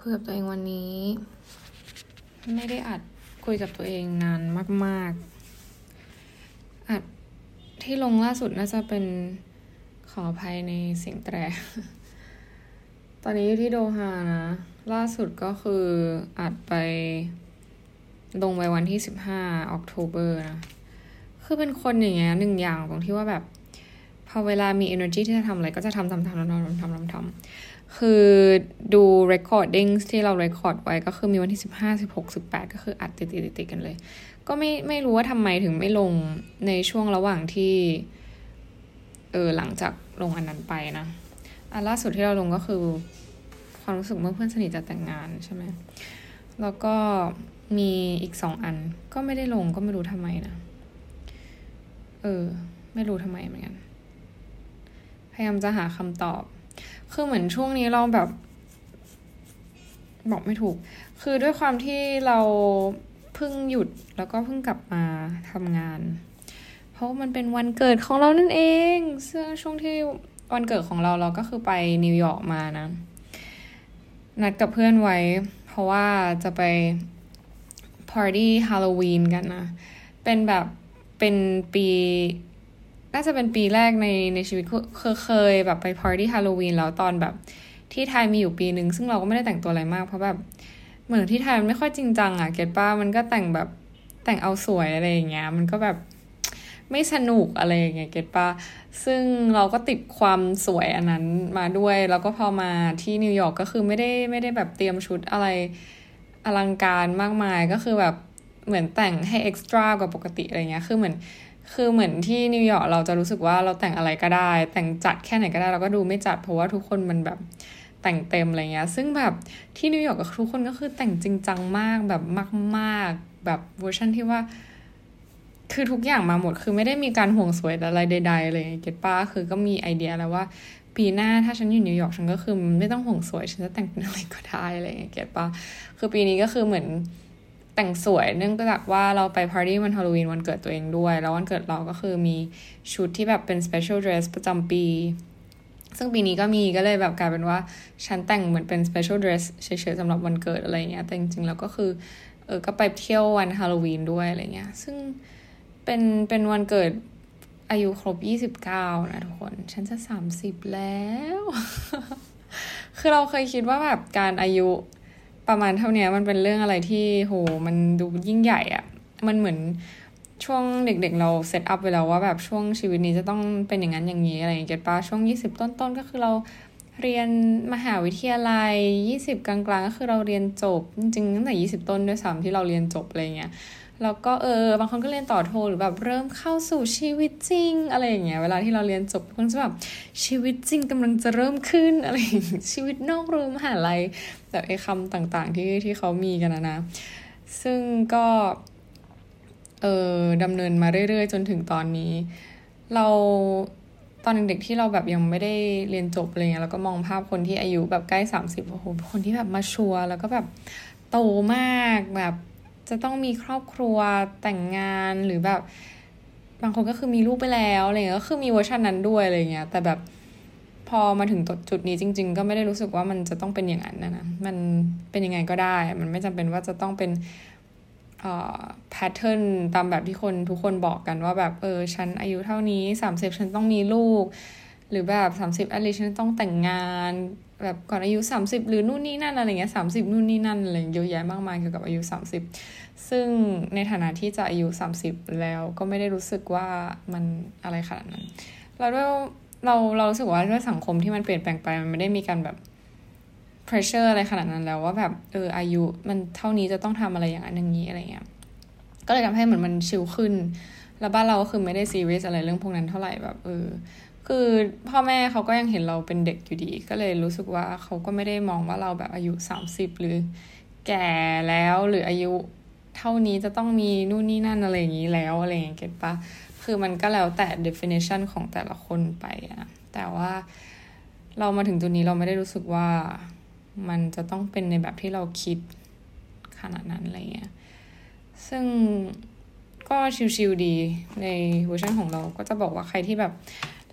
คุยกับตัวเองวันนี้ไม่ได้อัดคุยกับตัวเองนานมากๆอัดที่ลงล่าสุดน่าจะเป็นขออภัยในเสียงแตร ตอนนี้อยู่ที่โดฮานะล่าสุดก็คืออัดไปลงไปวันที่15ออกโทเบอร์นะคือเป็นคนอย่างเงี้ยหนึ่งอย่างตรงที่ว่าแบบพอเวลามี energy ที่จะทำอะไรก็จะทำคือดู recording ที่เรา record ไว้ก็คือมีวันที่15 16 18ก็คืออัดติดกันเลยก็ไม่รู้ว่าทำไมถึงไม่ลงในช่วงระหว่างที่หลังจากลงอันนั้นไปนะอันล่าสุดที่เราลงก็คือความรู้สึกเมื่อเพื่อนสนิทจะแต่งงานใช่ไหมแล้วก็มีอีก2อันก็ไม่ได้ลงก็ไม่รู้ทำไมนะไม่รู้ทำไมเหมือนกันพยายามจะหาคำตอบคือเหมือนช่วงนี้เราแบบบอกไม่ถูกคือด้วยความที่เราเพิ่งหยุดแล้วก็เพิ่งกลับมาทำงานเพราะมันเป็นวันเกิดของเรานั่นเองซึ่งช่วงที่วันเกิดของเราก็คือไปนิวยอร์กมานะนัดกับเพื่อนไว้เพราะว่าจะไปปาร์ตี้ฮาโลวีนกันนะเป็นแบบเป็นปีน่าจะเป็นปีแรกในชีวิตเคยแบบไปปาร์ตี้ฮาโลวีนแล้วตอนแบบที่ไทยมีอยู่ปีนึงซึ่งเราก็ไม่ได้แต่งตัวอะไรมากเพราะแบบเหมือนที่ไทยมันไม่ค่อยจริงจังอ่ะเก็ตป้ามันก็แต่งแบบแต่งเอาสวยอะไรอย่างเงี้ยมันก็แบบไม่สนุกอะไรอย่างเงี้ยเก็ตป้าซึ่งเราก็ติดความสวยอันนั้นมาด้วยแล้วก็พอมาที่นิวยอร์กก็คือไม่ได้แบบเตรียมชุดอะไรอลังการมากมายก็คือแบบเหมือนแต่งให้เอ็กซ์ตร้ากว่าปกติอะไรเงี้ยคือเหมือนที่นิวยอร์กเราจะรู้สึกว่าเราแต่งอะไรก็ได้แต่งจัดแค่ไหนก็ได้เราก็ดูไม่จัดเพราะว่าทุกคนมันแบบแต่งเต็มอะไรเงี้ยซึ่งแบบที่นิวยอร์กทุกคนก็คือแต่งจริงจังมากแบบมากๆแบบเวอร์ชันที่ว่าคือทุกอย่างมาหมดคือไม่ได้มีการห่วงสวยอะไรใดๆเลยเก็ตป้าคือก็มีไอเดียแล้วว่าปีหน้าถ้าฉันอยู่นิวยอร์กฉันก็คือไม่ต้องห่วงสวยฉันจะแต่งเป็นอะไรก็ได้อะไรเงี้ยเก็ตป้าคือปีนี้ก็คือเหมือนแต่งสวยเนื่องจากว่าเราไปปาร์ตี้วันฮาโลวีนวันเกิดตัวเองด้วยแล้ววันเกิดเราก็คือมีชุดที่แบบเป็น special dress ประจำปีซึ่งปีนี้ก็มีก็เลยแบบกลายเป็นว่าฉันแต่งเหมือนเป็น special dress เฉยๆสำหรับวันเกิดอะไรเงี้ยแต่จริงๆแล้วก็คือก็ไปเที่ยววันฮาโลวีนด้วยอะไรเงี้ยซึ่งเป็นวันเกิดอายุครบ29นะทุกคนฉันจะ30แล้ว คือเราเคยคิดว่าแบบการอายุประมาณเท่านี้มันเป็นเรื่องอะไรที่โหมันดูยิ่งใหญ่อะมันเหมือนช่วงเด็กๆเราเซตอัพไว้แล้วว่าแบบช่วงชีวิตนี้จะต้องเป็นอย่างนั้นอย่างนี้อะไรอย่างเงี้ยป่ะช่วง20ต้นๆก็คือเราเรียนมหาวิทยาลัย20กลางๆก็คือเราเรียนจบจริงๆตั้งแต่20ต้นด้วยซ้ำที่เราเรียนจบอะไรเงี้ยแล้วก็บางคนก็เรียนต่อโทหรือแบบเริ่มเข้าสู่ชีวิตจริงอะไรอย่างเงี้ยเวลาที่เราเรียนจบคนจะแบบชีวิตจริงกำลังจะเริ่มขึ้นอะไรชีวิตนอกรั้วมหาลัยแบบไอ้คำต่างๆที่เขามีกันนะซึ่งก็ดำเนินมาเรื่อยๆจนถึงตอนนี้เราตอนเด็กๆที่เราแบบยังไม่ได้เรียนจบอะไรเงี้ยแล้วก็มองภาพคนที่อายุแบบใกล้30โอ้โหคนที่แบบมาชัวร์แล้วก็แบบโตมากแบบจะต้องมีครอบครัวแต่งงานหรือแบบบางคนก็คือมีลูกไปแล้วอะไรเงี้ยก็คือมีเวอร์ชันนั้นด้วยอะไรเงี้ยแต่แบบพอมาถึงจุดนี้จริงๆก็ไม่ได้รู้สึกว่ามันจะต้องเป็นอย่างนั้นนะมันเป็นยังไงก็ได้มันไม่จำเป็นว่าจะต้องเป็นแพทเทิร์นตามแบบที่ทุกคนบอกกันว่าแบบฉันอายุเท่านี้30ฉันต้องมีลูกหรือแบบ30อะลีฉันต้องแต่งงานแบบก่อนอายุ30หรือนู่นนี่นั่นอะไรเงี้ย30นู่นนี่นั่นอะไรเยอะแยะมากมายเกี่ยวกับอายุ30ซึ่งในฐานะที่จะอายุ30แล้วก็ไม่ได้รู้สึกว่ามันอะไรขนาดนั้นแล้วด้วยเรารู้สึกว่าด้วยสังคมที่มันเปลี่ยนแปลงไปมันไม่ได้มีการแบบpressure อะไรขนาดนั้นแล้วว่าแบบอายุมันเท่านี้จะต้องทำอะไรอย่างนั้นอย่างนี้อะไรเงี้ยก็เลยทำให้เหมือนมันชิลขึ้นแล้วบ้านเราก็คือไม่ได้ซีเรียสอะไรเรื่องพวกนั้นเท่าไหร่แบบคือพ่อแม่เขาก็ยังเห็นเราเป็นเด็กอยู่ดีก็เลยรู้สึกว่าเขาก็ไม่ได้มองว่าเราแบบอายุ30หรือแก่แล้วหรืออายุเท่านี้จะต้องมีนู่นนี่นั่นอะไรอย่างนี้แล้วอะไรอย่างเงี้ยเก็ทปะคือมันก็แล้วแต่ definition ของแต่ละคนไปนะแต่ว่าเรามาถึงจุดนี้เราไม่ได้รู้สึกว่ามันจะต้องเป็นในแบบที่เราคิดขนาดนั้นอะไรเงี้ยซึ่งก็ชิลๆดีในเวอร์ชันของเราก็จะบอกว่าใครที่แบบ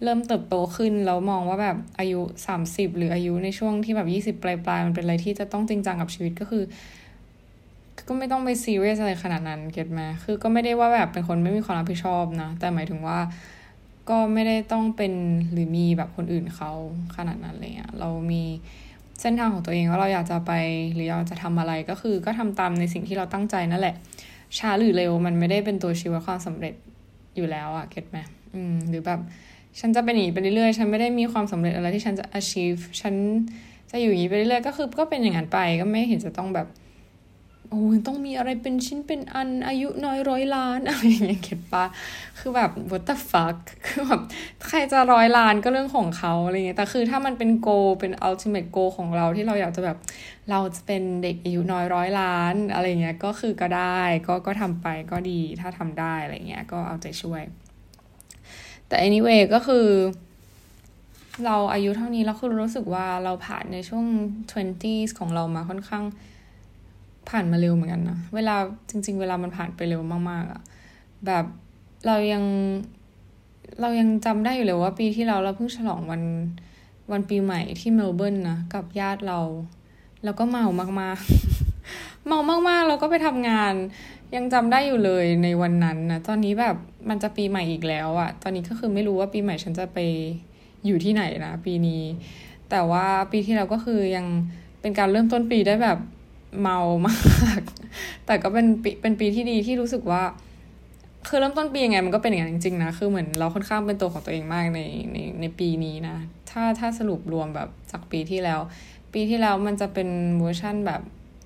เริ่มเติบโตขึ้นแล้วมองว่าแบบอายุ30หรืออายุในช่วงที่แบบ20ปลายๆมันเป็นอะไรที่จะต้องจริงจังกับชีวิตก็คือก็ไม่ต้องไปซีเรียสอะไรขนาดนั้นเก็ตไหมคือก็ไม่ได้ว่าแบบเป็นคนไม่มีความรับผิดชอบนะแต่หมายถึงว่าก็ไม่ได้ต้องเป็นหรือมีแบบคนอื่นเขาขนาดนั้นเลยอะเรามีเส้นทางของตัวเองว่าเราอยากจะไปหรืออยากจะทำอะไรก็คือก็ทำตามในสิ่งที่เราตั้งใจนั่นแหละช้าหรือเร็วมันไม่ได้เป็นตัวชี้วัดความสำเร็จอยู่แล้วอะเก็ตไหมหรือแบบฉันจะเป็นอย่างนี้ไปเรื่อยๆฉันไม่ได้มีความสำเร็จอะไรที่ฉันจะ achieve ฉันจะอยู่อย่างนี้ไปเรื่อยๆก็คือก็เป็นอย่างนั้นไปก็ไม่เห็นจะต้องแบบโอ้ยต้องมีอะไรเป็นชิ้นเป็นอันอายุน้อย100 ล้านอะไรอย่างเงี้ยเก็ตปะคือแบบ what the fuck คือแบบใครจะ100 ล้านก็เรื่องของเขาอะไรเงี้ยแต่คือถ้ามันเป็น goal เป็น ultimate goal ของเราที่เราอยากจะแบบเราจะเป็นเด็กอายุน้อย100 ล้านอะไรเงี้ยก็คือก็ได้ก็ทำไปก็ดีถ้าทำได้อะไรเงี้ยก็เอาใจช่วยแต่ anyway ก็คือเราอายุเท่านี้แล้วคือรู้สึกว่าเราผ่านในช่วง 20s ของเรามาค่อนข้างผ่านมาเร็วเหมือนกันนะเวลาจริงๆเวลามันผ่านไปเร็วมากๆอะแบบเรายังจำได้อยู่เลยว่าปีที่เราเพิ่งฉลองวันปีใหม่ที่เมลเบิร์นนะกับญาติเราแล้วก็เมามากๆ เมามากๆเราก็ไปทำงานยังจำได้อยู่เลยในวันนั้นนะตอนนี้แบบมันจะปีใหม่อีกแล้วอะตอนนี้ก็คือไม่รู้ว่าปีใหม่ฉันจะไปอยู่ที่ไหนนะปีนี้แต่ว่าปีที่แล้วก็คือยังเป็นการเริ่มต้นปีได้แบบเมามากแต่ก็เป็นปีที่ดีที่รู้สึกว่าคือเริ่มต้นปียังไงมันก็เป็นอย่างนั้นจริงๆนะคือเหมือนเราค่อนข้างเป็นตัวของตัวเองมากในปีนี้นะถ้าสรุปรวมแบบจากปีที่แล้วมันจะเป็นเวอร์ชั่นแบบ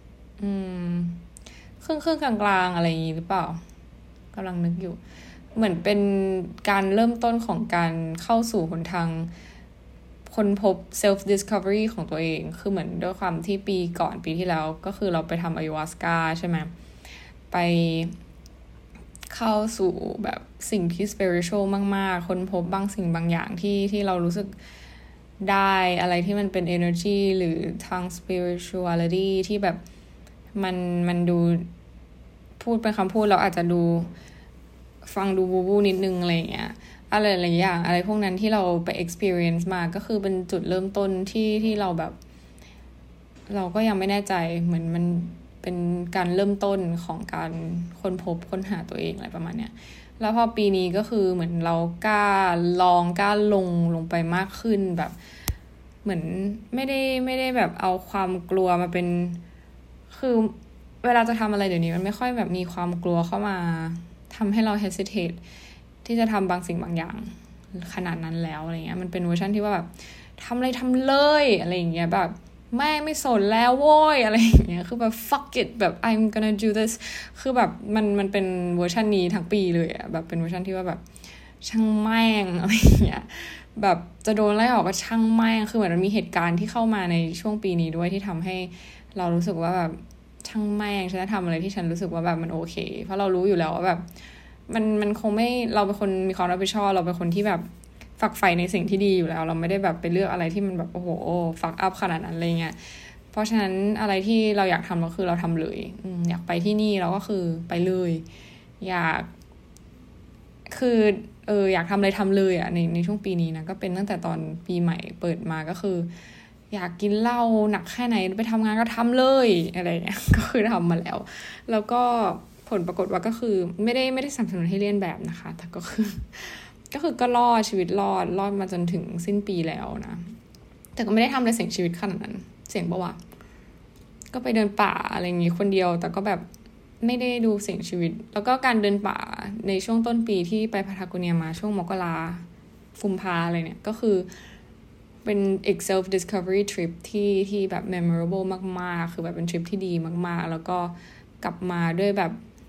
ครึ่งกลางๆอะไรอย่างนี้หรือเปล่ากำลังนึกอยู่เหมือนเป็นการเริ่มต้นของการเข้าสู่หนทางค้นพบ self discovery ของตัวเองคือเหมือนด้วยความที่ปีที่แล้วก็คือเราไปทำอายุวัสกาใช่ไหมไปเข้าสู่แบบสิ่งที่ spiritual มากๆค้นพบบางสิ่งบางอย่างที่เรารู้สึกได้อะไรที่มันเป็น energy หรือทาง spirituality ที่แบบมันดูพูดเป็นคำพูดเราอาจจะดูฟังดูบูนิดนึงอะไรอย่างเงี้ยอะไรหลายอย่างอะไรพวกนั้นที่เราไป experience มาก็คือเป็นจุดเริ่มต้นที่เราแบบเราก็ยังไม่แน่ใจเหมือนมันเป็นการเริ่มต้นของการค้นหาตัวเองอะไรประมาณเนี้ยแล้วพอปีนี้ก็คือเหมือนเรากล้าลงไปมากขึ้นแบบเหมือนไม่ได้แบบเอาความกลัวมาเป็นคือเวลาจะทำอะไรเดี๋ยวนี้มันไม่ค่อยแบบมีความกลัวเข้ามาทำให้เรา hesitate ที่จะทำบางสิ่งบางอย่างขนาดนั้นแล้วอะไรเงี้ยมันเป็นเวอร์ชันที่ว่าแบบทำเลยอะไรอย่างเงี้ยแบบแม่ไม่สนแล้วโว้ยอะไรอย่างเงี้ยคือแบบ fuck it แบบ I'm gonna do this คือแบบมันเป็นเวอร์ชันนี้ทั้งปีเลยอะแบบเป็นเวอร์ชันที่ว่าแบบช่างแม่งอะไรอย่างเงี้ยแบบจะโดนไล่ออกก็ช่างแม่งคือเหมือนมันมีเหตุการณ์ที่เข้ามาในช่วงปีนี้ด้วยที่ทำให้เรารู้สึกว่าแบบช่างแม่งฉันจะทำอะไรที่ฉันรู้สึกว่าแบบมันโอเคเพราะเรารู้อยู่แล้วว่าแบบมันคงไม่เราเป็นคนมีความรับผิดชอบเราเป็นคนที่แบบฝักใฝ่ในสิ่งที่ดีอยู่แล้วเราไม่ได้แบบไปเลือกอะไรที่มันแบบโอ้โหฟักอัพขนาดนั้นอะไรเงี้ยเพราะฉะนั้นอะไรที่เราอยากทำก็คือเราทำเลยอยากไปที่นี่เราก็คือไปเลยอยากคืออยากทำอะไรทำเลยอ่ะในช่วงปีนี้นะก็เป็นตั้งแต่ตอนปีใหม่เปิดมาก็คืออยากกินเหล้าหนักแค่ไหนไปทำงานก็ทำเลยอะไรเงี้ยก็คือทำมาแล้วก็ผลปรากฏว่าก็คือไม่ได้สนับสนุนให้เรียนแบบนะคะแต่ก็รอดชีวิตรอดมาจนถึงสิ้นปีแล้วนะแต่ก็ไม่ได้ทำอะไรเสี่ยงชีวิตขนาดนั้นเสี่ยงปะวะก็ไปเดินป่าอะไรอย่างงี้คนเดียวแต่ก็แบบไม่ได้ดูเสี่ยงชีวิตแล้วก็การเดินป่าในช่วงต้นปีที่ไปพาทาโกเนียมาช่วงมกรากุมภาอะไรเนี่ยก็คือเป็นอีก self discovery trip ที่แบบ memorable มากๆคือแบบเป็นทริปที่ดีมากๆแล้วก็กลับมาด้วยแบบ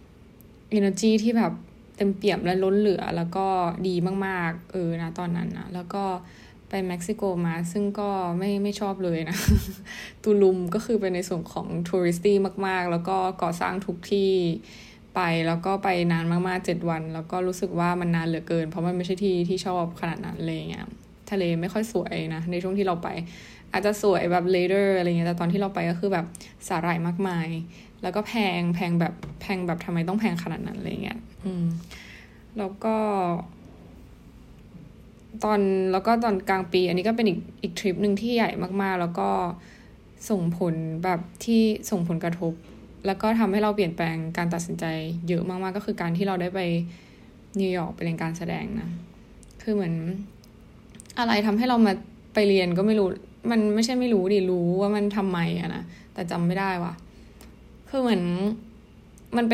energy ที่แบบเต็มเปี่ยมและล้นเหลือแล้วก็ดีมากๆนะตอนนั้นนะแล้วก็ไปเม็กซิโกมาซึ่งก็ไม่ชอบเลยนะ ตูลุมก็คือเป็นในส่วนของทัวริสตี้มากๆแล้วก็ก่อสร้างทุกที่ไปแล้วก็ไปนานมากๆ7 วันแล้วก็รู้สึกว่ามันนานเหลือเกินเพราะมันไม่ใช่ที่ชอบขนาดนั้นเลยเงี้ยทะเลไม่ค่อยสวยนะในช่วงที่เราไปอาจจะสวยแบบ later อะไรเงี้ยแต่ตอนที่เราไปก็คือแบบสาหร่ายมากมายแล้วก็แพงแบบทำไมต้องแพงขนาดนั้นอะไรเงี้ยแล้วก็แล้วก็ตอนกลางปีอันนี้ก็เป็นอีกทริปนึงที่ใหญ่มากๆแล้วก็ส่งผลแบบที่ส่งผลกระทบแล้วก็ทำให้เราเปลี่ยนแปลงการตัดสินใจเยอะมากๆก็คือการที่เราได้ไปนิวยอร์กไปเรียนการแสดงนะคือเหมือนอะไรทำให้เรามาไปเรียนก็ไม่รู้มันไม่ใช่ไม่รู้ดิรู้ว่ามันทำไมอะนะแต่จำไม่ได้ว่ะคือเหมือนมัน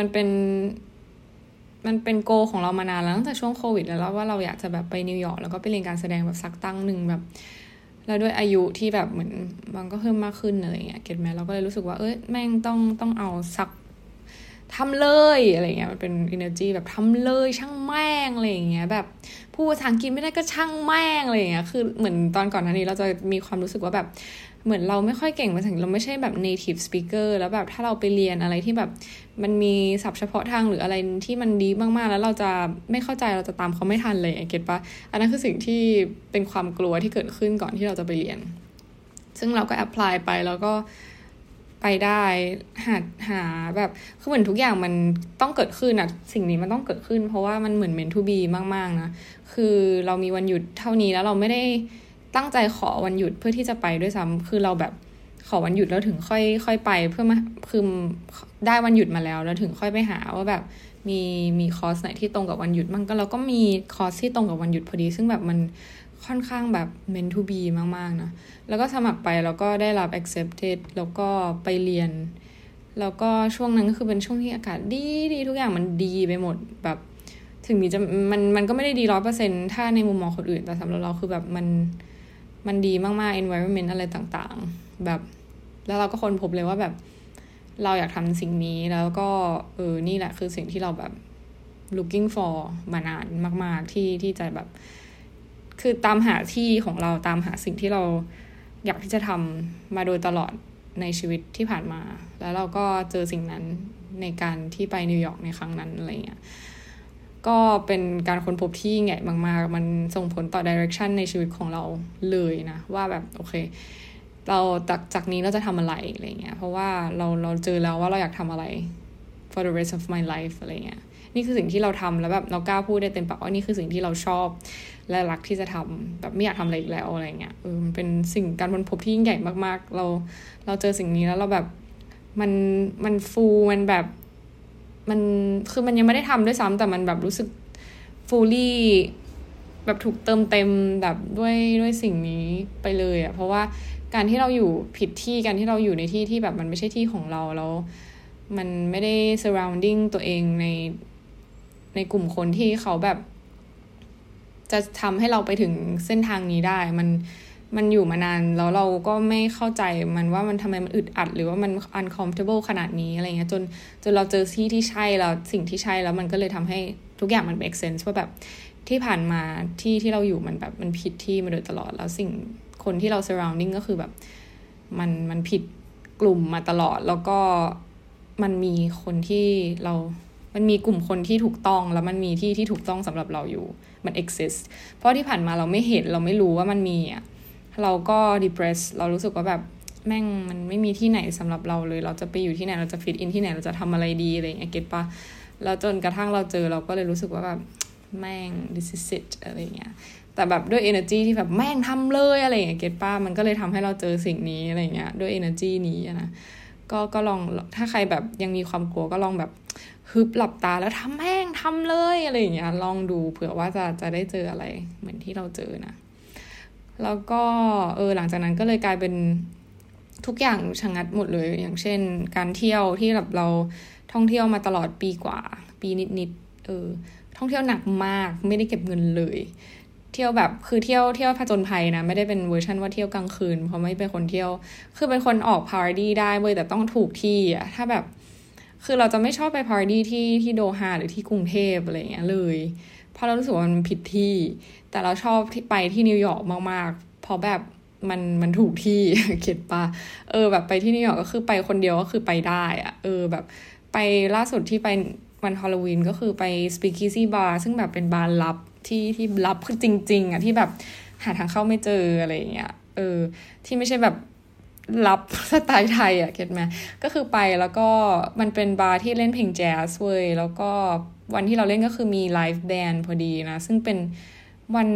เป็นโกของเรามานานแล้วตั้งแต่ช่วงโควิดแล้วว่าเราอยากจะแบบไปนิวยอร์กแล้วก็ไปเรียนการแสดงแบบสักตั้งหนึ่งแบบแล้วด้วยอายุที่แบบเหมือนมันก็เพิ่มมากขึ้นอะไรเงี้ยเก็ทไหมเราก็เลยรู้สึกว่าแม่งต้องเอาสักทำเลยอะไรเงี้ยมันเป็น energy แบบทำเลยช่างแม่งอะไรเงี้ยแบบพูดภาษาอังกฤษไม่ได้ก็ช่างแม่งอะไรเงี้ยคือเหมือนตอนก่อนหน้านี้เราจะมีความรู้สึกว่าแบบเหมือนเราไม่ค่อยเก่งภาษาอังกฤษเราไม่ใช่แบบ native speaker แล้วแบบถ้าเราไปเรียนอะไรที่แบบมันมีศัพท์เฉพาะทางหรืออะไรที่มันดีมากๆแล้วเราจะไม่เข้าใจเราจะตามเขาไม่ทันเลยเก็ทปะอันนั้นคือสิ่งที่เป็นความกลัวที่เกิดขึ้นก่อนที่เราจะไปเรียนซึ่งเราก็แอพพลายไปแล้วก็ไปได้หาแบบคือเหมือนทุกอย่างมันต้องเกิดขึ้นอะสิ่งนี้มันต้องเกิดขึ้นเพราะว่ามันเหมือน meant to be มากๆนะคือเรามีวันหยุดเท่านี้แล้วเราไม่ได้ตั้งใจขอวันหยุดเพื่อที่จะไปด้วยซ้ำคือเราแบบขอวันหยุดแล้วถึงค่อยไปเพื่อมาคือได้วันหยุดมาแล้วถึงค่อยไปหาว่าแบบมีคอร์สไหนที่ตรงกับวันหยุดมั่งก็เราก็มีคอร์สที่ตรงกับวันหยุดพอดีซึ่งแบบมันค่อนข้างแบบ meant to be มากๆนะแล้วก็สมัครไปแล้วก็ได้รับ accepted แล้วก็ไปเรียนแล้วก็ช่วงนั้นก็คือเป็นช่วงที่อากาศดีทุกอย่างมันดีไปหมดแบบถึงมีจะมันก็ไม่ได้ดี 100% ถ้าในมุมมองคนอื่นแต่สำหรับเราคือแบบมันดีมากๆ environment อะไรต่างๆแบบแล้วเราก็ค้นพบเลยว่าแบบเราอยากทำสิ่งนี้แล้วก็นี่แหละคือสิ่งที่เราแบบ looking for มานานมากๆที่จะแบบคือตามหาที่ของเราตามหาสิ่งที่เราอยากที่จะทำมาโดยตลอดในชีวิตที่ผ่านมาแล้วเราก็เจอสิ่งนั้นในการที่ไปนิวยอร์กในครั้งนั้นอะไรเงี้ยก็เป็นการค้นพบที่ใหญ่มากๆมันส่งผลต่อ direction ในชีวิตของเราเลยนะว่าแบบโอเคเราจากนี้เราจะทำอะไรเงี้ยเพราะว่าเราเจอแล้วว่าเราอยากทำอะไร for the rest of my life อะไรเงี้ยนี่คือสิ่งที่เราทำแล้วแบบเรากล้าพูดได้เต็มปากว่านี่คือสิ่งที่เราชอบและรักที่จะทำแบบไม่อยากทำอะไรอีกแล้วอะไรเงี้ยมันเป็นสิ่งการค้นพบที่ยิ่งใหญ่มากๆเราเจอสิ่งนี้แล้วเราแบบมันฟูมันแบบมันคือมันยังไม่ได้ทำด้วยซ้ำแต่มันแบบรู้สึก fully แบบถูกเติมเต็มแบบด้วยสิ่งนี้ไปเลยเพราะว่าการที่เราอยู่ผิดที่การที่เราอยู่ในที่ที่แบบมันไม่ใช่ที่ของเราแล้วมันไม่ได้ surrounding ตัวเองในกลุ่มคนที่เขาแบบจะทำให้เราไปถึงเส้นทางนี้ได้มันอยู่มานานแล้วเราก็ไม่เข้าใจมันว่ามันทำไมมันอึดอัดหรือว่ามัน uncomfortable ขนาดนี้อะไรเงี้ยจนเราเจอที่ใช่แล้วสิ่งที่ใช่แล้วมันก็เลยทำให้ทุกอย่างมัน make sense ว่าแบบที่ผ่านมาที่เราอยู่มันแบบมันผิดที่มาโดยตลอดแล้วสิ่งคนที่เรา surrounding ก็คือแบบมันผิดกลุ่มมาตลอดแล้วก็มันมีคนที่มันมีกลุ่มคนที่ถูกต้องแล้วมันมีที่ถูกต้องสำหรับเราอยู่มัน exist เพราะที่ผ่านมาเราไม่เห็นเราไม่รู้ว่ามันมีเราก็ depress เรารู้สึกว่าแบบแม่งมันไม่มีที่ไหนสำหรับเราเลยเราจะไปอยู่ที่ไหนเราจะ fit in ที่ไหนเราจะทำอะไรดีอะไรอย่างเงี้ยเก็ทปะแล้วจนกระทั่งเราเจอเราก็เลยรู้สึกว่าแบบแม่ง this is it อะไรเงี้ยแต่แบบด้วย energy ที่แบบแม่งทำเลยอะไรอย่างเงี้ยเก็ทปะมันก็เลยทำให้เราเจอสิ่งนี้อะไรเงี้ยด้วย energy นี้นะก็ลองถ้าใครแบบยังมีความกลัวก็ลองแบบฮึบหลับตาแล้วทำเลยอะไรอย่างเงี้ยลองดูเผื่อว่าจะได้เจออะไรเหมือนที่เราเจอนะแล้วก็หลังจากนั้นก็เลยกลายเป็นทุกอย่างชะงัดหมดเลยอย่างเช่นการเที่ยวที่แบบเราท่องเที่ยวมาตลอดปีกว่าปีนิดท่องเที่ยวหนักมากไม่ได้เก็บเงินเลยเที่ยวแบบคือเที่ยวผจญภัยนะไม่ได้เป็นเวอร์ชันว่าเที่ยวกลางคืนเพราะไม่เป็นคนเที่ยวคือเป็นคนออกพาร์ตี้ได้เว้ยแต่ต้องถูกที่ถ้าแบบคือเราจะไม่ชอบไปพาร์ตี้ที่โดฮาหรือที่กรุงเทพอะไรอย่างเงี้ยเลยเพราะเรารู้สึกว่ามันผิดที่แต่เราชอบที่ไปที่นิวยอร์กมากๆเพราะแบบมันถูกที่เข็ดปะแบบไปที่นิวยอร์กก็คือไปคนเดียวก็คือไปได้แบบไปล่าสุดที่ไปวันฮาโลวีนก็คือไป Speakeasy Bar ซึ่งแบบเป็นบาร์ลับที่ลับคือจริงๆที่แบบหาทางเข้าไม่เจออะไรอย่างเงี้ยที่ไม่ใช่แบบลับสไตล์ไทยเก็ทไหมก็คือไปแล้วก็มันเป็นบาร์ที่เล่นเพลงแจ๊สเว้ยแล้วก็วันที่เราเล่นก็คือมีไลฟ์แบนด์พอดีนะซึ่งเป็นวัน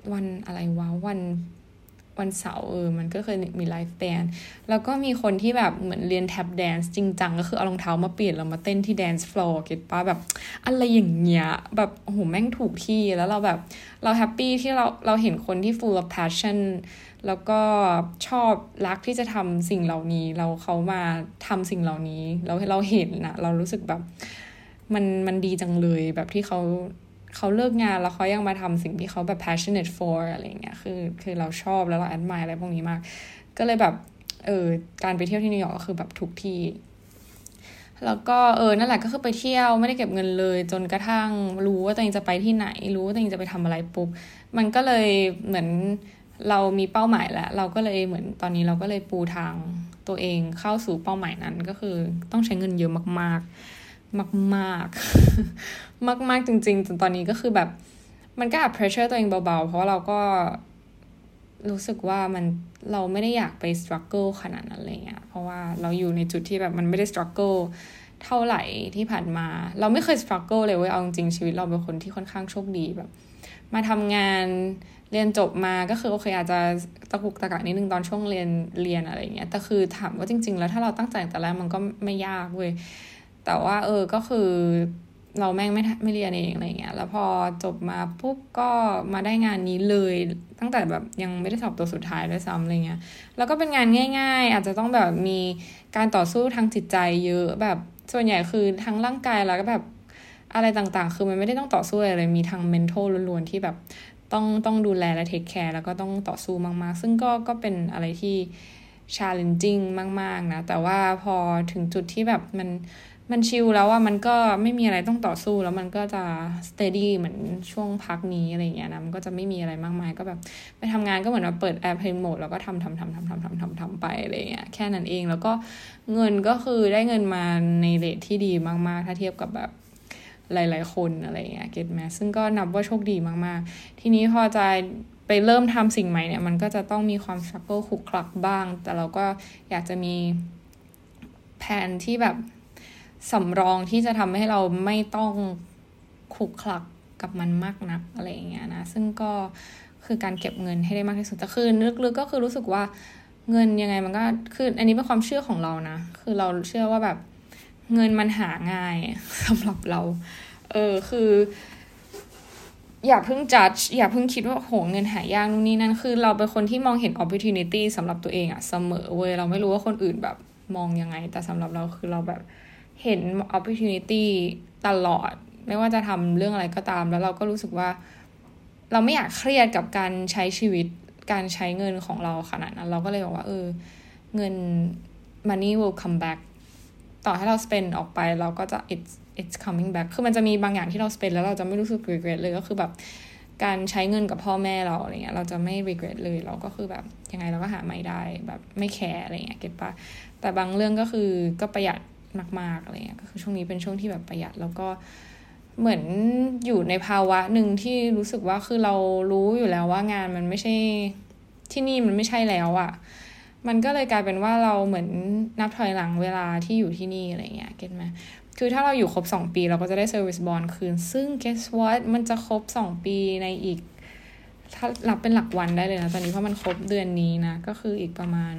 วันอะไรวะวันเสาร์มันก็เคยมีไลฟ์แบนด์แล้วก็มีคนที่แบบเหมือนเรียนแท็บแดนซ์จริงจังก็คือเอารองเท้ามาเปลี่ยนแล้วมาเต้นที่แดนซ์ฟลอร์เก็ตป่ะแบบอะไรอย่างเงี้ยแบบโอ้โหแม่งถูกที่แล้วเราแบบเราแฮปปี้ที่เราเห็นคนที่ full of passion แล้วก็ชอบรักที่จะทำสิ่งเหล่านี้เขามาทำสิ่งเหล่านี้เราเห็นนะเรารู้สึกแบบมันดีจังเลยแบบที่เขาเลิกงานแล้วเขายังมาทำสิ่งที่เขาแบบ passionate for อะไรเงี้ยคือเราชอบแล้วเรา admire อะไรพวกนี้มากก็เลยแบบการไปเที่ยวที่นิวยอร์กก็คือแบบทุกที่แล้วก็นั่นแหละก็คือไปเที่ยวไม่ได้เก็บเงินเลยจนกระทั่งรู้ว่าตัวเองจะไปที่ไหนรู้ว่าตัวเองจะไปทำอะไรปุ๊บมันก็เลยเหมือนเรามีเป้าหมายแล้วเราก็เลยเหมือนตอนนี้เราก็เลยปูทางตัวเองเข้าสู่เป้าหมายนั้นก็คือต้องใช้เงินเยอะมากๆมากๆ มากๆจริงๆจนตอนนี้ก็คือแบบมันก็แอบ pressure ตัวเองเบาๆเพราะว่าเราก็รู้สึกว่าเราไม่ได้อยากไป struggle ขนาดนั้นอะไรเงี้ยเพราะว่าเราอยู่ในจุดที่แบบมันไม่ได้ struggle เท่าไหร่ที่ผ่านมาเราไม่เคย struggle เลยเว้ยเอาจริงๆชีวิตเราเป็นคนที่ค่อนข้างโชคดีแบบมาทำงานเรียนจบมาก็คือโอเคอาจจะตะกุกตะกักนิดนึงตอนช่วงเรียนอะไรเงี้ยแต่คือถามว่าจริงๆแล้วถ้าเราตั้งใจแต่แรกมันก็ไม่ยากเว้ยแต่ว่าก็คือเราแม่งไม่เรียนเองอะไรเงี้ยแล้วพอจบมาปุ๊บก็มาได้งานนี้เลยตั้งแต่แบบยังไม่ได้สอบตัวสุดท้ายด้วยซ้ำอะไรเงี้ยแล้วก็เป็นงานง่ายๆอาจจะต้องแบบมีการต่อสู้ทางจิตใจเยอะแบบส่วนใหญ่คือทั้งร่างกายแล้วก็แบบอะไรต่างๆคือมันไม่ได้ต้องต่อสู้อะไรเลยมีทาง mental ล้วนๆที่แบบต้องดูแลและเทคแคร์แล้วก็ต้องต่อสู้มากๆซึ่งก็เป็นอะไรที่ challenging มากๆนะแต่ว่าพอถึงจุดที่แบบมันชิลแล้วมันก็ไม่มีอะไรต้องต่อสู้แล้วมันก็จะ steady เหมือนช่วงพักนี้อะไรอย่างเงี้ยนะมันก็จะไม่มีอะไรมากมายก็แบบไปทำงานก็เหมือนว่าเปิด airplane mode แล้วก็ทำไปอะไรอย่างเงี้ยแค่นั้นเองแล้วก็เงินก็คือได้เงินมาในเรทที่ดีมากๆถ้าเทียบกับแบบหลายๆคนอะไรอย่างเงี้ยเก็ทไหมซึ่งก็นับว่าโชคดีมากๆทีนี้พอจะไปเริ่มทำสิ่งใหม่เนี่ยมันก็จะต้องมีความ struggle ขลุกขลักบ้างแต่เราก็อยากจะมีแผนที่แบบสำรองที่จะทำให้เราไม่ต้องขลุกขลักกับมันมากนักอะไรอย่างเงี้ยนะซึ่งก็คือการเก็บเงินให้ได้มากที่สุดแต่คือลึกๆก็คือรู้สึกว่าเงินยังไงมันก็คืออันนี้เป็นความเชื่อของเรานะคือเราเชื่อว่าแบบเงินมันหาง่ายสำหรับเราคืออย่าเพิ่ง judge อย่าเพิ่งคิดว่าโหเงินหายากนู่นนี่นั่นคือเราเป็นคนที่มองเห็น opportunity สำหรับตัวเองเสมอเว้ยเราไม่รู้ว่าคนอื่นแบบมองยังไงแต่สำหรับเราคือเราแบบเห็น opportunity ตลอดไม่ว่าจะทำเรื่องอะไรก็ตามแล้วเราก็รู้สึกว่าเราไม่อยากเครียดกับการใช้ชีวิตการใช้เงินของเราขนาดนั้นเราก็เลยบอกว่าเงิน money will come back ต่อให้เรา spend ออกไปเราก็จะ it's coming back คือมันจะมีบางอย่างที่เรา spend แล้วเราจะไม่รู้สึก regret เลยก็คือแบบการใช้เงินกับพ่อแม่เราอะไรเงี้ยเราจะไม่ regret เลยเราก็คือแบบยังไงเราก็หาไม่ได้แบบไม่แคร์อะไรเงี้ยเก็ตปะแต่บางเรื่องก็คือก็ประหยัดมากๆอะไรเงี้ยก็คือช่วงนี้เป็นช่วงที่แบบประหยัดแล้วก็เหมือนอยู่ในภาวะหนึ่งที่รู้สึกว่าคือเรารู้อยู่แล้วว่างานมันไม่ใช่ที่นี่มันไม่ใช่แล้วมันก็เลยกลายเป็นว่าเราเหมือนนับถอยหลังเวลาที่อยู่ที่นี่อะไรเงี้ยเก็ตไหมคือถ้าเราอยู่ครบ2 ปีเราก็จะได้ service bond คืนซึ่ง guess what มันจะครบ2 ปีในอีกถ้านับเป็นหลักวันได้เลยนะตอนนี้เพราะมันครบเดือนนี้นะก็คืออีกประมาณ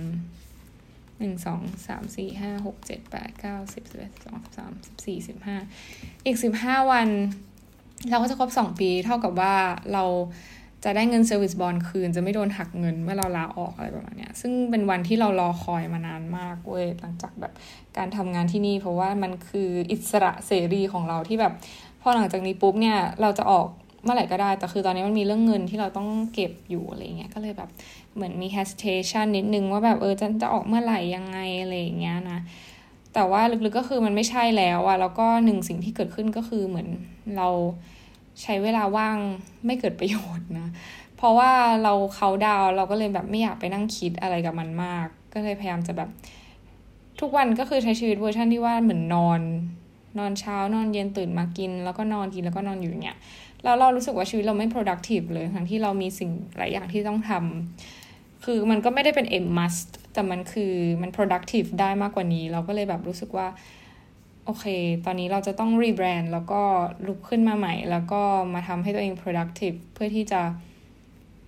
1 2 3 4 5 6 7 8 9 10 11 12 13 14 15อีก15วันเราก็จะครบ2 ปีเท่ากับว่าเราจะได้เงิน service bond คืนจะไม่โดนหักเงินเมื่อเราลาออกอะไรประมาณนี้ซึ่งเป็นวันที่เรารอคอยมานานมากเว้ยหลังจากแบบการทำงานที่นี่เพราะว่ามันคืออิสระเสรีของเราที่แบบพอหลังจากนี้ปุ๊บเนี่ยเราจะออกเมื่อไหร่ก็ได้แต่คือตอนนี้มันมีเรื่องเงินที่เราต้องเก็บอยู่อะไรเงี้ยก็เลยแบบเหมือนมี hesitation นิดนึงว่าแบบจะออกเมื่อไหร่ยังไงอะไรอย่างเงี้ยนะแต่ว่าลึกๆก็คือมันไม่ใช่แล้วแล้วก็สิ่งที่เกิดขึ้นก็คือเหมือนเราใช้เวลาว่างไม่เกิดประโยชน์นะเพราะว่าเราเขาดาวเราก็เลยแบบไม่อยากไปนั่งคิดอะไรกับมันมากก็เลยพยายามจะแบบทุกวันก็คือใช้ชีวิตเวอร์ชันที่ว่าเหมือนนอนเช้านอนเย็นตื่นมากินแล้วก็นอนกินแล้วก็นอนอยู่อย่างเงี้ยแล้วเรารู้สึกว่าชีวิตเราไม่ productive เลยทั้งที่เรามีสิ่งหลายอย่างที่ต้องทำคือมันก็ไม่ได้เป็น must แต่มันคือมัน productive ได้มากกว่านี้เราก็เลยแบบรู้สึกว่าโอเคตอนนี้เราจะต้อง rebrand แล้วก็ลุกขึ้นมาใหม่แล้วก็มาทำให้ตัวเอง productive เพื่อที่จะ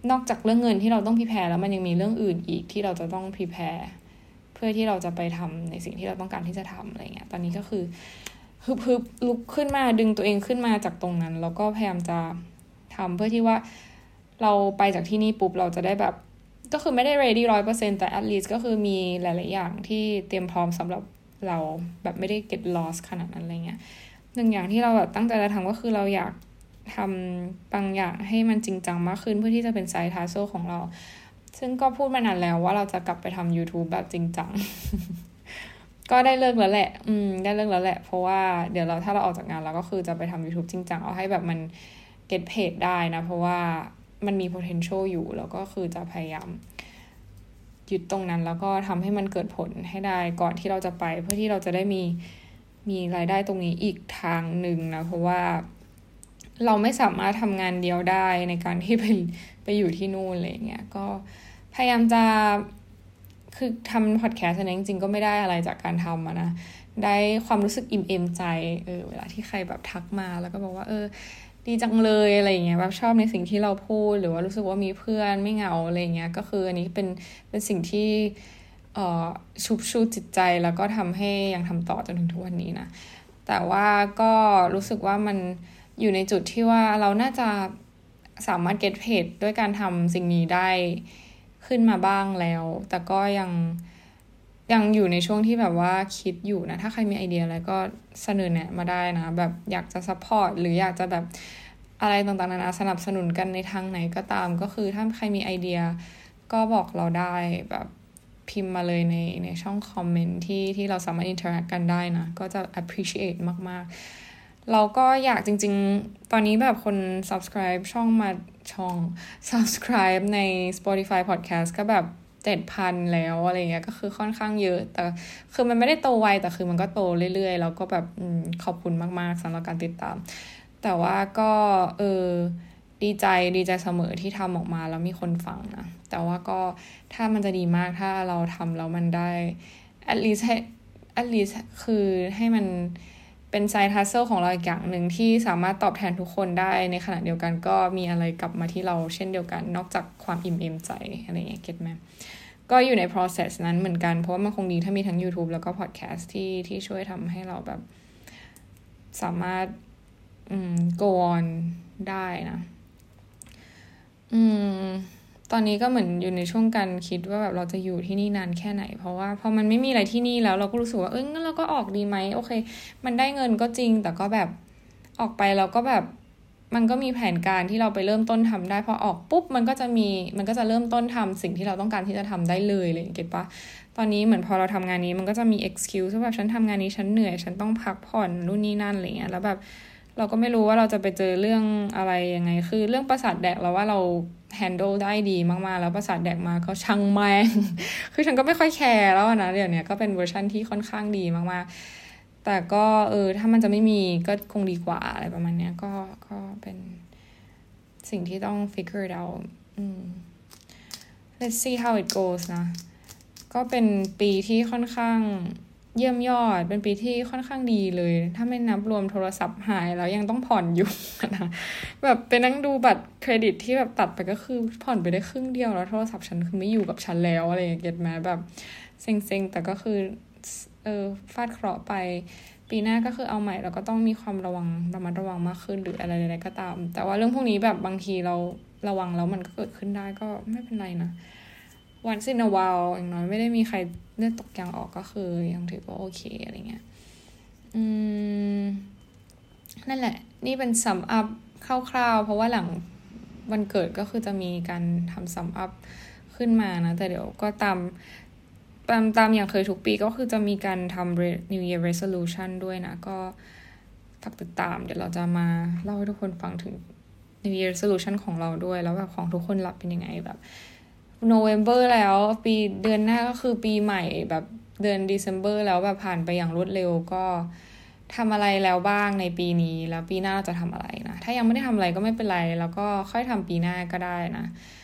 นอกจากเรื่องเงินที่เราต้องพรีแพร์แล้วมันยังมีเรื่องอื่นอีกที่เราจะต้องพรีแพร์เพื่อที่เราจะไปทำในสิ่งที่เราต้องการที่จะทำอะไรเงี้ยตอนนี้ก็คือฮึบลุกขึ้นมาดึงตัวเองขึ้นมาจากตรงนั้นแล้วก็พยายามจะทำเพื่อที่ว่าเราไปจากที่นี่ปุ๊บเราจะได้แบบก็คือไม่ได้ ready 100% แต่ at least ก็คือมีหลายๆอย่างที่เตรียมพร้อมสำหรับเราแบบไม่ได้ get lost ขนาดนั้นอะไรเงี้ยหนึ่งอย่างที่เราแบบตั้งใจจะทำก็คือเราอยากทำบางอย่างให้มันจริงจังมากขึ้นเพื่อที่จะเป็น side hustle ของเราซึ่งก็พูดมานานแล้วว่าเราจะกลับไปทำ YouTube แบบจริงจัง ก็ได้เลิกแล้วแหละได้เลิกแล้วแหละเพราะว่าเดี๋ยวถ้าเราออกจากงานเราก็คือจะไปทำ YouTube จริงจังเอาให้แบบมัน get paid ได้นะเพราะว่ามันมี potential อยู่แล้วก็คือจะพยายามยึดตรงนั้นแล้วก็ทำให้มันเกิดผลให้ได้ก่อนที่เราจะไปเพื่อที่เราจะได้มีรายได้ตรงนี้อีกทางหนึ่งนะเพราะว่าเราไม่สามารถทำงานเดียวได้ในการที่ไปอยู่ที่นู่นอะไรเงี้ยก็พยายามจะคือทำพอดแคสต์อันนี้จริงๆก็ไม่ได้อะไรจากการทำนะได้ความรู้สึกอิ่มเอมใจเวลาที่ใครแบบทักมาแล้วก็บอกว่าดีจังเลยอะไรเงี้ยแบบชอบในสิ่งที่เราพูดหรือว่ารู้สึกว่ามีเพื่อนไม่เหงาอะไรเงี้ยก็คืออันนี้เป็นสิ่งที่ชุบชูจิตใจแล้วก็ทำให้ยังทำต่อจนถึงทุกวันนี้นะแต่ว่าก็รู้สึกว่ามันอยู่ในจุดที่ว่าเราน่าจะสามารถ get paid ด้วยการทำสิ่งนี้ได้ขึ้นมาบ้างแล้วแต่ก็ยังอยู่ในช่วงที่แบบว่าคิดอยู่นะถ้าใครมีไอเดียอะไรก็เสนอแนะมาได้นะแบบอยากจะซัพพอร์ตหรืออยากจะแบบอะไรต่างๆนานาสนับสนุนกันในทางไหนก็ตามก็คือถ้าใครมีไอเดียก็บอกเราได้แบบพิมพ์มาเลยในช่องคอมเมนต์ที่เราสามารถ interact กันได้นะก็จะ appreciate มากๆเราก็อยากจริงๆตอนนี้แบบคน subscribe ช่อง subscribe ใน Spotify podcast ก็แบบ7,000 แล้วอะไรเงี้ยก็คือค่อนข้างเยอะแต่คือมันไม่ได้โตไวแต่คือมันก็โตเรื่อยๆแล้วก็แบบขอบคุณมากๆสำหรับการติดตามแต่ว่าก็ดีใจเสมอที่ทำออกมาแล้วมีคนฟังนะแต่ว่าก็ถ้ามันจะดีมากถ้าเราทำแล้วมันได้ at least คือให้มันเป็น side hustle ของเราอีกอย่างหนึ่งที่สามารถตอบแทนทุกคนได้ในขณะเดียวกันก็มีอะไรกลับมาที่เราเช่นเดียวกันนอกจากความอิ่มเอมใจอะไรอย่างเงี้ยเก็ทไหมก็อยู่ใน process นั้นเหมือนกันเพราะว่ามันคงดีถ้ามีทั้ง YouTube แล้วก็ podcast ที่ช่วยทำให้เราแบบสามารถgo on ได้นะตอนนี้ก็เหมือนอยู่ในช่วงการคิดว่าแบบเราจะอยู่ที่นี่นานแค่ไหนเพราะว่าพอมันไม่มีอะไรที่นี่แล้วเราก็รู้สึกว่างั้นเราก็ออกดีไหมโอเคมันได้เงินก็จริงแต่ก็แบบออกไปเราก็แบบมันก็มีแผนการที่เราไปเริ่มต้นทำได้พอออกปุ๊บมันก็จะเริ่มต้นทำสิ่งที่เราต้องการที่จะทำได้เลยอะไรอย่างเงี้ยปะตอนนี้เหมือนพอเราทำงานนี้มันก็จะมี excuse ว่าแบบฉันทำงานนี้ฉันเหนื่อยฉันต้องพักผ่อนนู่นนี่นั่นอะไรเงี้ยแล้วแบบเราก็ไม่รู้ว่าเราจะไปเจอเรื่องอะไรยังไงคือเรื่องประสาทแดกเราว่าเรา handle ได้ดีมากๆแล้วประสาทแดกมาก็ช่างแม่ง คือฉันก็ไม่ค่อยแคร์แล้วนะเดี๋ยวนี้ก็เป็นเวอร์ชันที่ค่อนข้างดีมากๆแต่ก็ถ้ามันจะไม่มีก็คงดีกว่าอะไรประมาณเนี้ยก็เป็นสิ่งที่ต้อง figure it out let's see how it goes นะก็เป็นปีที่ค่อนข้างเยี่ยมยอดเป็นปีที่ค่อนข้างดีเลยถ้าไม่นับรวมโทรศัพท์หายแล้วยังต้องผ่อนอยู่นะแบบไปนั่งดูบัตรเครดิตที่แบบตัดไปก็คือผ่อนไปได้ครึ่งเดียวแล้วโทรศัพท์ฉันคือไม่อยู่กับฉันแล้วอะไรอย่างเงี้ยเก็ทไหมแบบเซ็งๆแต่ก็คือฟาดเคราะห์ไปปีหน้าก็คือเอาใหม่แล้วก็ต้องมีความระมัดระวังมากขึ้นหรืออะไรใดๆก็ตามแต่ว่าเรื่องพวกนี้แบบบางทีเราระวังแล้วมันก็เกิดขึ้นได้ก็ไม่เป็นไรนะonce in a while อย่างน้อยไม่ได้มีใครเลือดตกยางออกก็คือยังถือว่าโอเคอะไรเงี้ยนั่นแหละนี่เป็นซัมอัพคร่าวๆเพราะว่าหลังวันเกิดก็คือจะมีการทำซัมอัพขึ้นมานะแต่เดี๋ยวก็ตามอย่างเคยทุกปีก็คือจะมีการทำ New Year Resolution ด้วยนะก็ฝากติดตามเดี๋ยวเราจะมาเล่าให้ทุกคนฟังถึง New Year Resolution ของเราด้วยแล้วแบบของทุกคนรับเป็นยังไงแบบNovember แล้วปีเดือนหน้าก็คือปีใหม่แบบเดือน December แล้วแบบผ่านไปอย่างรวดเร็วก็ทำอะไรแล้วบ้างในปีนี้แล้วปีหน้าเราจะทำอะไรนะถ้ายังไม่ได้ทำอะไรก็ไม่เป็นไรแล้วก็ค่อยทำปีหน้าก็ได้นะ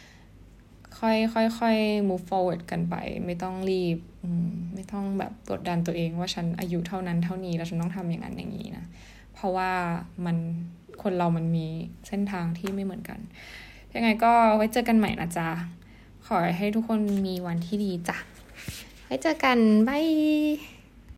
ค่อย move forward กันไปไม่ต้องรีบไม่ต้องแบบกดดันตัวเองว่าฉันอายุเท่านั้นเท่านี้แล้วฉันต้องทำอย่างนั้นอย่างนี้นะเพราะว่าคนเรามันมีเส้นทางที่ไม่เหมือนกันยังไงก็ไว้เจอกันใหม่นะจ๊ะขอให้ทุกคนมีวันที่ดีจ้ะไว้เจอกันบาย